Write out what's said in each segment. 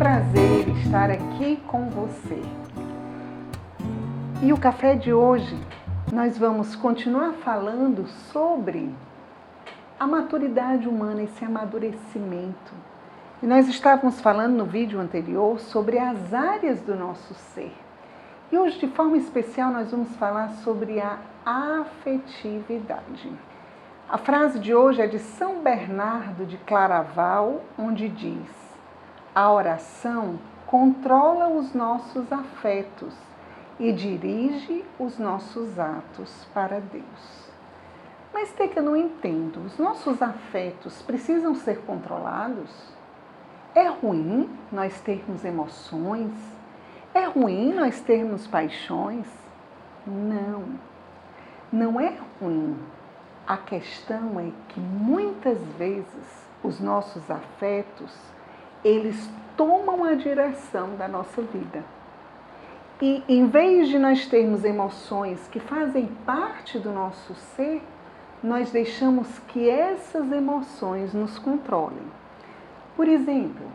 prazer estar aqui com você. E o café de hoje, nós vamos continuar falando sobre a maturidade humana, esse amadurecimento. E nós estávamos falando no vídeo anterior sobre as áreas do nosso ser. E hoje, de forma especial, nós vamos falar sobre a afetividade. A frase de hoje é de São Bernardo de Claraval, onde diz: a oração controla os nossos afetos e dirige os nossos atos para Deus. Mas tem que eu não entendo, os nossos afetos precisam ser controlados? É ruim nós termos emoções? É ruim nós termos paixões? Não, não é ruim. A questão é que muitas vezes os nossos afetos, eles tomam a direção da nossa vida. E em vez de nós termos emoções que fazem parte do nosso ser, nós deixamos que essas emoções nos controlem. Por exemplo,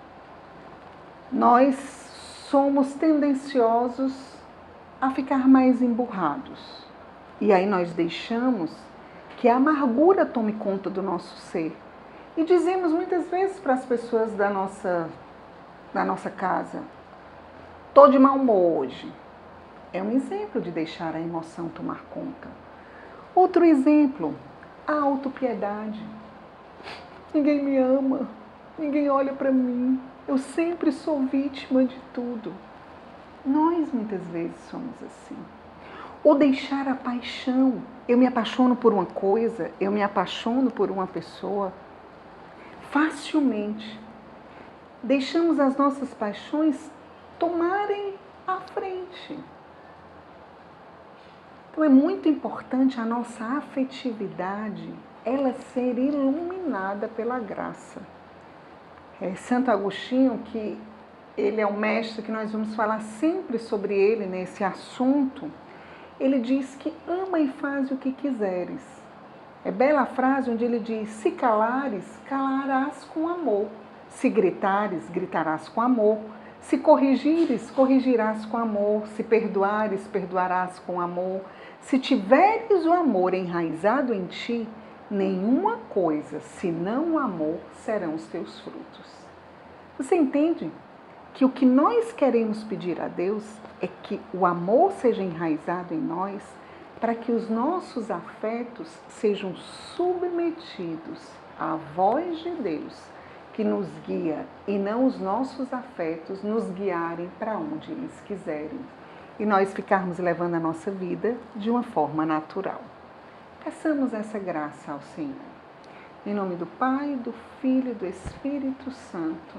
nós somos tendenciosos a ficar mais emburrados. E aí nós deixamos que a amargura tome conta do nosso ser. E dizemos muitas vezes para as pessoas da nossa casa: estou de mau humor hoje. É um exemplo de deixar a emoção tomar conta. Outro exemplo, a autopiedade. Ninguém me ama, ninguém olha para mim, eu sempre sou vítima de tudo. Nós muitas vezes somos assim. Ou deixar a paixão. Eu me apaixono por uma coisa, eu me apaixono por uma pessoa. Facilmente. Deixamos as nossas paixões tomarem a frente. Então é muito importante a nossa afetividade, ela ser iluminada pela graça. É Santo Agostinho, que ele é um mestre que nós vamos falar sempre sobre ele nesse assunto, ele diz que ama e faz o que quiseres. É bela a frase onde ele diz: se calares, calarás com amor. Se gritares, gritarás com amor. Se corrigires, corrigirás com amor. Se perdoares, perdoarás com amor. Se tiveres o amor enraizado em ti, nenhuma coisa, senão o amor, serão os teus frutos. Você entende que o que nós queremos pedir a Deus é que o amor seja enraizado em nós, para que os nossos afetos sejam submetidos à voz de Deus, que nos guia, e não os nossos afetos nos guiarem para onde eles quiserem, e nós ficarmos levando a nossa vida de uma forma natural. Peçamos essa graça ao Senhor. Em nome do Pai, do Filho e do Espírito Santo.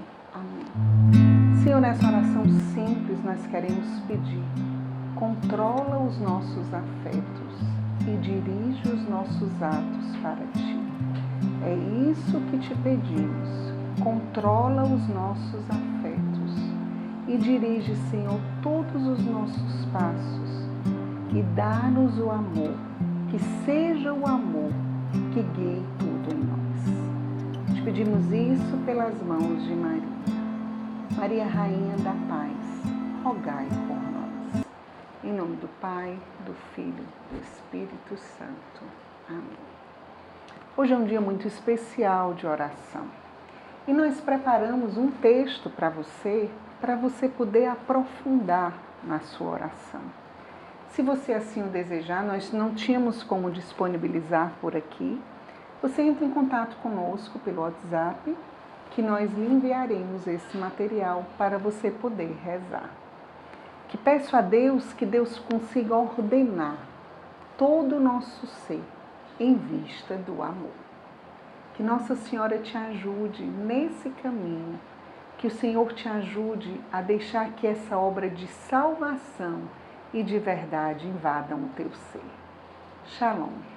Amém. Senhor, nessa oração simples nós queremos pedir: controla os nossos afetos e dirige os nossos atos para Ti. É isso que te pedimos. Controla os nossos afetos e dirige, Senhor, todos os nossos passos e dá-nos o amor, que seja o amor que guie tudo em nós. Te pedimos isso pelas mãos de Maria. Maria, Rainha da Paz, rogai por nós. Em nome do Pai, do Filho e do Espírito Santo. Amém. Hoje é um dia muito especial de oração. E nós preparamos um texto para você poder aprofundar na sua oração. Se você assim o desejar, nós não tínhamos como disponibilizar por aqui. Você entra em contato conosco pelo WhatsApp, que nós lhe enviaremos esse material para você poder rezar. Que peço a Deus que Deus consiga ordenar todo o nosso ser em vista do amor. Que Nossa Senhora te ajude nesse caminho, que o Senhor te ajude a deixar que essa obra de salvação e de verdade invadam o teu ser. Shalom.